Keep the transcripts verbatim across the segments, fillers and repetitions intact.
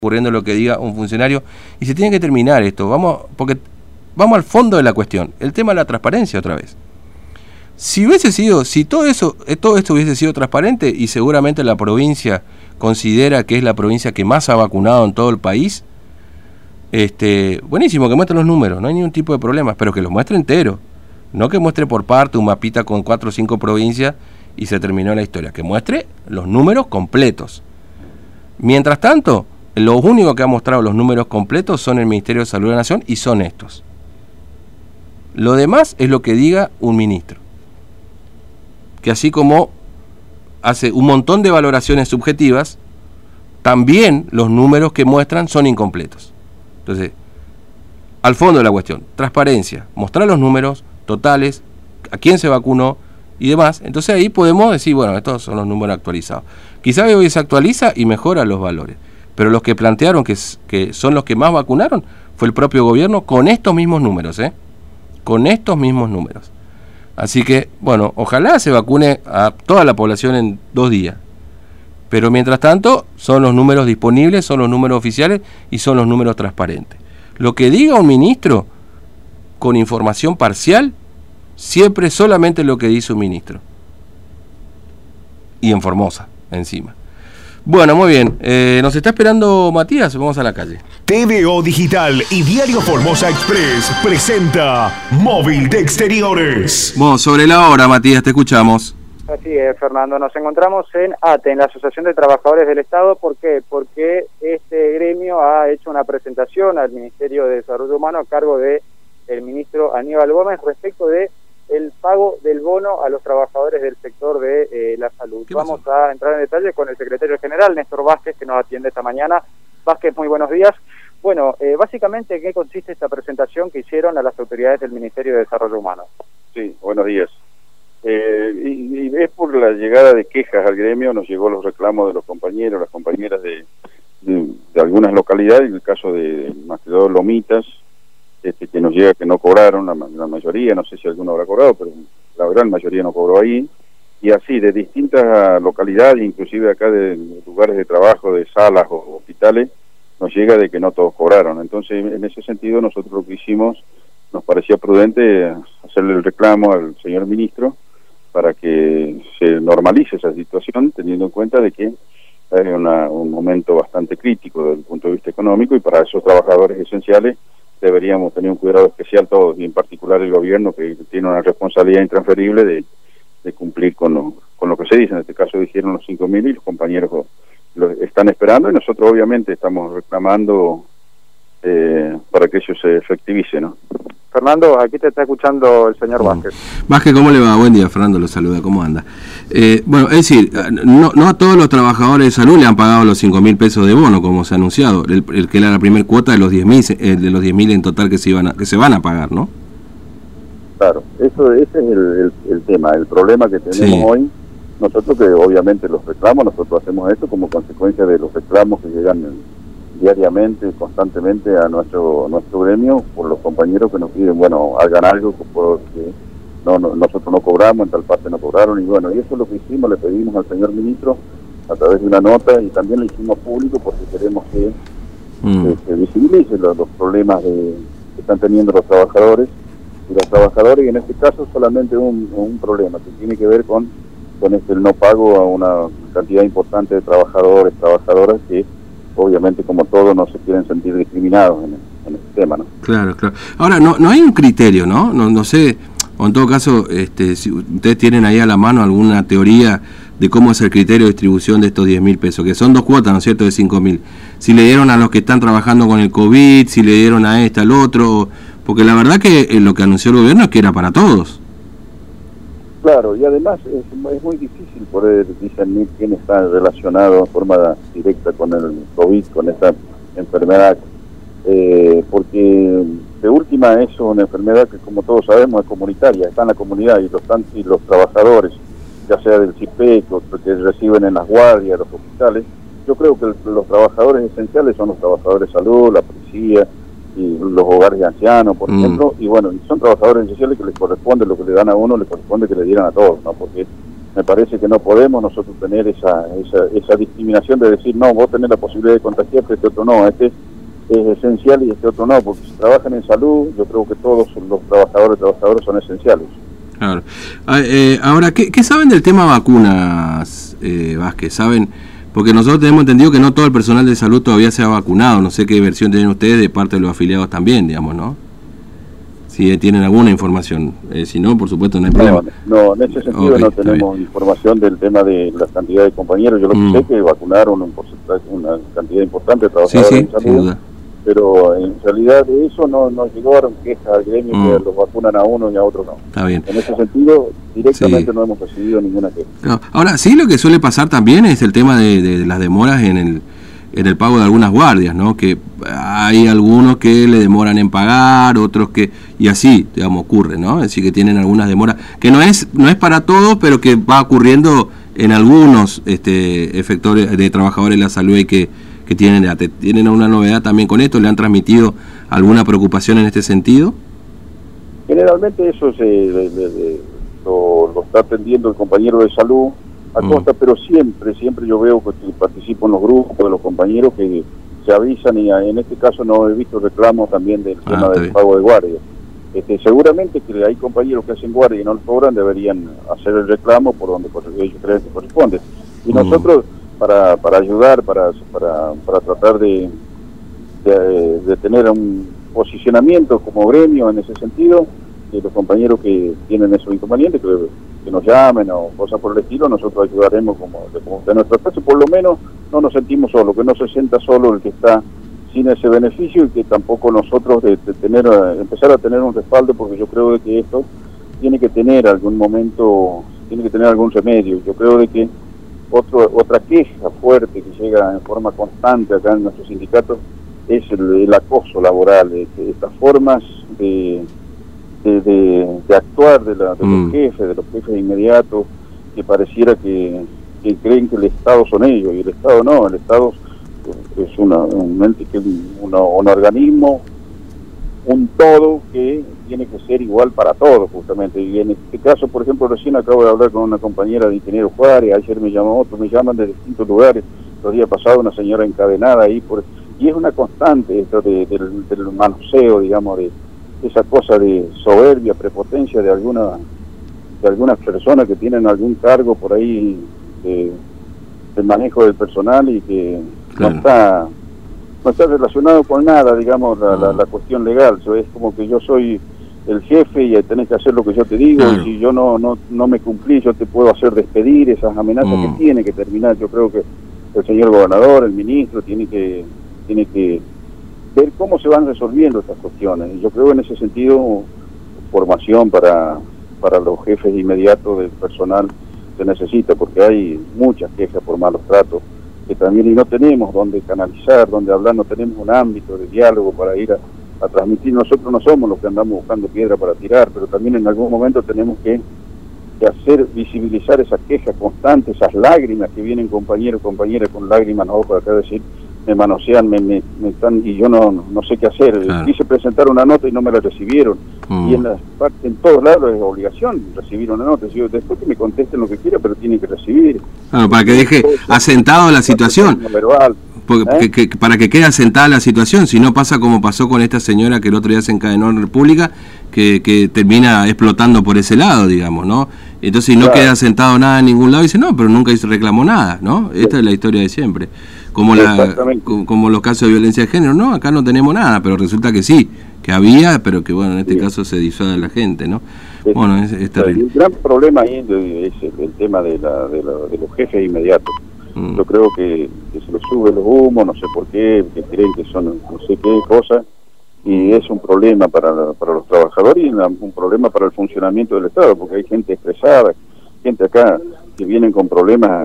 ocurriendo lo que diga un funcionario y se tiene que terminar esto. Vamos, porque vamos al fondo de la cuestión, el tema de la transparencia otra vez. Si hubiese sido, si todo eso, todo esto hubiese sido transparente y seguramente la provincia considera que es la provincia que más ha vacunado en todo el país, este, buenísimo que muestre los números, no hay ningún tipo de problemas, pero que los muestre entero, no que muestre por parte un mapita con cuatro o cinco provincias y se terminó la historia, que muestre los números completos. Mientras tanto, los únicos que ha mostrado los números completos son el Ministerio de Salud de la Nación y son estos. Lo demás es lo que diga un ministro, que así como hace un montón de valoraciones subjetivas, también los números que muestran son incompletos. Entonces, al fondo de la cuestión, transparencia, mostrar los números totales, a quién se vacunó y demás. Entonces ahí podemos decir, bueno, estos son los números actualizados. Quizás hoy se actualiza y mejora los valores, pero los que plantearon que, que son los que más vacunaron fue el propio gobierno con estos mismos números, ¿eh? Con estos mismos números. Así que, bueno, ojalá se vacune a toda la población en dos días. Pero mientras tanto, son los números disponibles, son los números oficiales y son los números transparentes. Lo que diga un ministro con información parcial, siempre solamente lo que dice un ministro. Y en Formosa, encima. Bueno, muy bien. Eh, nos está esperando Matías, vamos a la calle. T V O Digital y Diario Formosa Express presenta Móvil de Exteriores. Bueno, sobre la hora, Matías, te escuchamos. Así es, Fernando. Nos encontramos en A T E, en la Asociación de Trabajadores del Estado. ¿Por qué? Porque este gremio ha hecho una presentación al Ministerio de Desarrollo Humano a cargo de el ministro Aníbal Gómez respecto de el pago del bono a los trabajadores del sector de eh, la salud. Vamos a entrar en detalle con el secretario general, Néstor Vázquez, que nos atiende esta mañana. Vázquez, muy buenos días. Bueno, eh, básicamente, ¿en qué consiste esta presentación que hicieron a las autoridades del Ministerio de Desarrollo Humano? Sí, buenos días. Eh, y, y es por la llegada de quejas al gremio, nos llegó los reclamos de los compañeros, las compañeras de, de, de algunas localidades, en el caso de más que todo Lomitas, este, que nos llega que no cobraron, la, la mayoría, no sé si alguno habrá cobrado, pero la gran mayoría no cobró ahí, y así de distintas localidades, inclusive acá de, de lugares de trabajo, de salas o hospitales, nos llega de que no todos cobraron. Entonces, en ese sentido, nosotros lo que hicimos, nos parecía prudente hacerle el reclamo al señor ministro para que se normalice esa situación, teniendo en cuenta de que es una, un momento bastante crítico desde el punto de vista económico, y para esos trabajadores esenciales deberíamos tener un cuidado especial todos, y en particular el gobierno, que tiene una responsabilidad intransferible de, de cumplir con lo, con lo que se dice. En este caso dijeron los cinco mil y los compañeros lo están esperando, y nosotros obviamente estamos reclamando eh, para que eso se efectivice, ¿no? Fernando, aquí te está escuchando el señor Vázquez. Vázquez, ¿cómo le va? Buen día, Fernando, lo saluda, ¿cómo anda? Eh, bueno, es decir, no, no a todos los trabajadores de salud le han pagado los cinco mil pesos de bono, como se ha anunciado, el, el que era la primera cuota de los diez mil, eh, de los diez mil en total que se, iban a, que se van a pagar, ¿no? Claro, eso ese es el, el, el tema, el problema que tenemos sí. hoy. Nosotros que obviamente los reclamos, nosotros hacemos esto como consecuencia de los reclamos que llegan en, diariamente, constantemente a nuestro nuestro gremio, por los compañeros que nos piden, bueno, hagan algo, porque no, no, nosotros no cobramos, en tal parte no cobraron, y bueno, y eso es lo que hicimos, le pedimos al señor ministro a través de una nota, y también le hicimos público porque queremos que mm. se, se visibilicen los, los problemas de, que están teniendo los trabajadores, y los trabajadores, y en este caso solamente un, un problema que tiene que ver con, con este, el no pago a una cantidad importante de trabajadores, trabajadoras que obviamente, como todos, no se quieren sentir discriminados en, en este tema, ¿no? Claro, claro. Ahora, no no hay un criterio, ¿no? No, no sé, o en todo caso, este, si ustedes tienen ahí a la mano alguna teoría de cómo es el criterio de distribución de estos diez mil pesos, que son dos cuotas, ¿no es cierto?, de cinco mil. Si le dieron a los que están trabajando con el COVID, si le dieron a este, al otro, porque la verdad que eh, lo que anunció el gobierno es que era para todos. Claro, y además es, es muy difícil poder discernir quién está relacionado de forma directa con el COVID, con esta enfermedad, eh, porque de última es una enfermedad que, como todos sabemos, es comunitaria, está en la comunidad, y los, y los trabajadores, ya sea del CIPEC, que reciben en las guardias, los hospitales, yo creo que el, los trabajadores esenciales son los trabajadores de salud, la policía, y los hogares de ancianos, por mm. ejemplo, y bueno, son trabajadores esenciales que les corresponde, lo que le dan a uno, les corresponde que le dieran a todos, ¿no? Porque Me parece que no podemos nosotros tener esa, esa, esa discriminación de decir, no, vos tenés la posibilidad de contagiarte, este otro no, este es esencial y este otro no, porque si trabajan en salud, yo creo que todos los trabajadores trabajadores son esenciales. Claro. Eh, ahora, ¿qué, ¿qué saben del tema vacunas, eh, Vázquez? ¿Saben? Porque nosotros tenemos entendido que no todo el personal de salud todavía se ha vacunado, no sé qué versión tienen ustedes de parte de los afiliados también, digamos, ¿no? Si tienen alguna información, eh, si no, por supuesto no hay problema. No, no en ese sentido okay, no tenemos información del tema de la cantidad de compañeros. Yo lo que mm. sé es que vacunaron un porcentaje, una cantidad importante de trabajadores sí, sí, en salud, sin duda. Pero en realidad de eso no, no llegaron quejas al gremio mm. que los vacunan a uno y a otro no. Está bien. En ese sentido, directamente sí. no hemos recibido ninguna queja. Claro. Ahora, sí, lo que suele pasar también es el tema de, de, de las demoras en el en el pago de algunas guardias, ¿no? Que hay algunos que le demoran en pagar, otros que, y así, digamos, ocurre, ¿no? Es decir, que tienen algunas demoras, que no es no es para todos, pero que va ocurriendo en algunos este efectores de trabajadores de la salud y que, que tienen, tienen una novedad también con esto. ¿Le han transmitido alguna preocupación en este sentido? Generalmente eso se, de, de, de, lo, lo está atendiendo el compañero de salud a costa, mm. pero siempre, siempre yo veo que participo en los grupos de los compañeros que se avisan y en este caso no he visto reclamos también del ah, tema del bien. pago de guardia. Este, seguramente que hay compañeros que hacen guardia y no lo cobran, deberían hacer el reclamo por donde ellos creen que corresponde. Y mm. nosotros, para, para ayudar, para, para, para tratar de, de, de tener un posicionamiento como gremio en ese sentido, que los compañeros que tienen esos inconvenientes, que, que nos llamen o cosas por el estilo, nosotros ayudaremos como, como de nuestra parte. Por lo menos no nos sentimos solos, que no se sienta solo el que está sin ese beneficio y que tampoco nosotros de, de tener empezar a tener un respaldo, porque yo creo de que esto tiene que tener algún momento, tiene que tener algún remedio. Yo creo de que otro, otra queja fuerte que llega en forma constante acá en nuestros sindicatos es el, el acoso laboral, de, de estas formas de De, de, de actuar de, la, de mm. los jefes, de los jefes inmediatos, que pareciera que, que creen que el Estado son ellos, y el Estado no, el Estado es una, un ente, que una, un organismo, un todo que tiene que ser igual para todos, justamente. Y en este caso, por ejemplo, recién acabo de hablar con una compañera de Ingeniero Juárez, ayer me llamó otro, me llaman de distintos lugares, los días pasados una señora encadenada ahí, por, y es una constante esto de, de, del, del manoseo, digamos, de esa cosa de soberbia, prepotencia de alguna de algunas personas que tienen algún cargo por ahí de, de manejo del personal y que claro. no está no está relacionado con nada, digamos, la, la, la cuestión legal. Eso es como que yo soy el jefe y tenés que hacer lo que yo te digo, claro. y si yo no no no me cumplí, yo te puedo hacer despedir. Esas amenazas mm. que tiene que terminar. Yo creo que el señor gobernador, el ministro, tiene que tiene que ver cómo se van resolviendo estas cuestiones. Y yo creo que en ese sentido formación para, para los jefes inmediatos del personal se necesita, porque hay muchas quejas por malos tratos que también y no tenemos donde canalizar, donde hablar, no tenemos un ámbito de diálogo para ir a, a transmitir. Nosotros no somos los que andamos buscando piedra para tirar, pero también en algún momento tenemos que, que hacer visibilizar esas quejas constantes, esas lágrimas que vienen compañeros, compañeras con lágrimas en los ojos acá, decir me manosean, me, me, me están y yo no, no sé qué hacer. Claro. Quise presentar una nota y no me la recibieron. Mm. Y en las en todos lados es obligación recibir una nota. Yo, después que me contesten lo que quiera, pero tienen que recibir. Claro, para que deje asentado la situación. Verbal. Porque, ¿Eh? que, que, para que quede asentada la situación, si no pasa como pasó con esta señora que el otro día se encadenó en República, que, que termina explotando por ese lado, digamos, ¿no? Entonces, si no claro. queda asentado nada en ningún lado, dice, no, pero nunca reclamó nada, ¿no? Esta sí. es la historia de siempre. Como, la, como los casos de violencia de género, no, acá no tenemos nada, pero resulta que sí, que había, pero que bueno, en este sí. caso se disuade a la gente, ¿no? Sí. Bueno, es, es terrible. El gran problema ahí es el, el tema de, la, de, la, de los jefes inmediatos. Mm. Yo creo que, que se los sube los humos, no sé por qué, que creen que son no sé qué cosa, y es un problema para, para los trabajadores y una, un problema para el funcionamiento del Estado, porque hay gente estresada, gente acá que vienen con problemas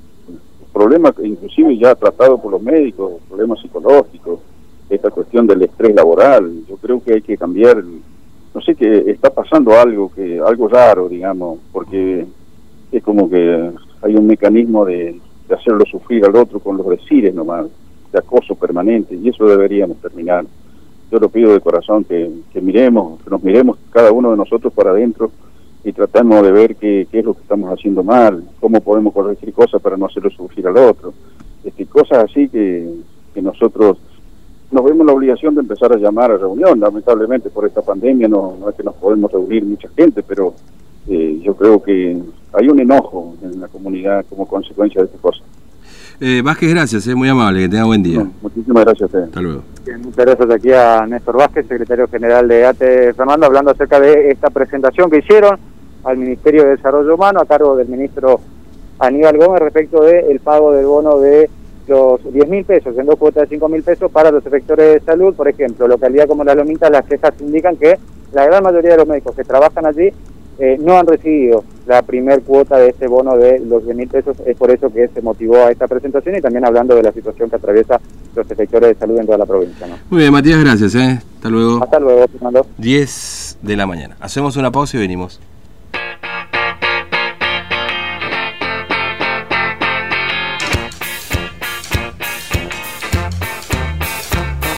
problemas inclusive ya tratados por los médicos, problemas psicológicos, esta cuestión del estrés laboral. Yo creo que hay que cambiar, no sé, que está pasando algo que algo raro, digamos, porque es como que hay un mecanismo de, de hacerlo sufrir al otro con los decires nomás, de acoso permanente, y eso deberíamos terminar. Yo lo pido de corazón que, que miremos, que nos miremos cada uno de nosotros para adentro y tratamos de ver qué, qué es lo que estamos haciendo mal, cómo podemos corregir cosas para no hacerlo sufrir al otro, este, cosas así que, que nosotros nos vemos la obligación de empezar a llamar a reunión. Lamentablemente por esta pandemia no, no es que nos podemos reunir mucha gente, pero eh, yo creo que hay un enojo en la comunidad como consecuencia de estas cosas. Eh, Vázquez, gracias, eh, muy amable, que tenga buen día. No, muchísimas gracias a ustedes. Hasta luego. Bien, muchas gracias aquí a Néstor Vázquez, secretario general de ATE, Fernando, hablando acerca de esta presentación que hicieron al Ministerio de Desarrollo Humano a cargo del ministro Aníbal Gómez respecto del pago del bono de los diez mil pesos en dos cuotas de cinco mil pesos para los efectores de salud. Por ejemplo, localidad como Las Lomitas, las quejas indican que la gran mayoría de los médicos que trabajan allí eh, no han recibido la primer cuota de este bono de los diez mil pesos. Es por eso que se motivó a esta presentación y también hablando de la situación que atraviesa los efectores de salud en toda la provincia, ¿no? Muy bien, Matías, gracias. Eh. Hasta luego. Hasta luego, Fernando. diez de la mañana. Hacemos una pausa y venimos.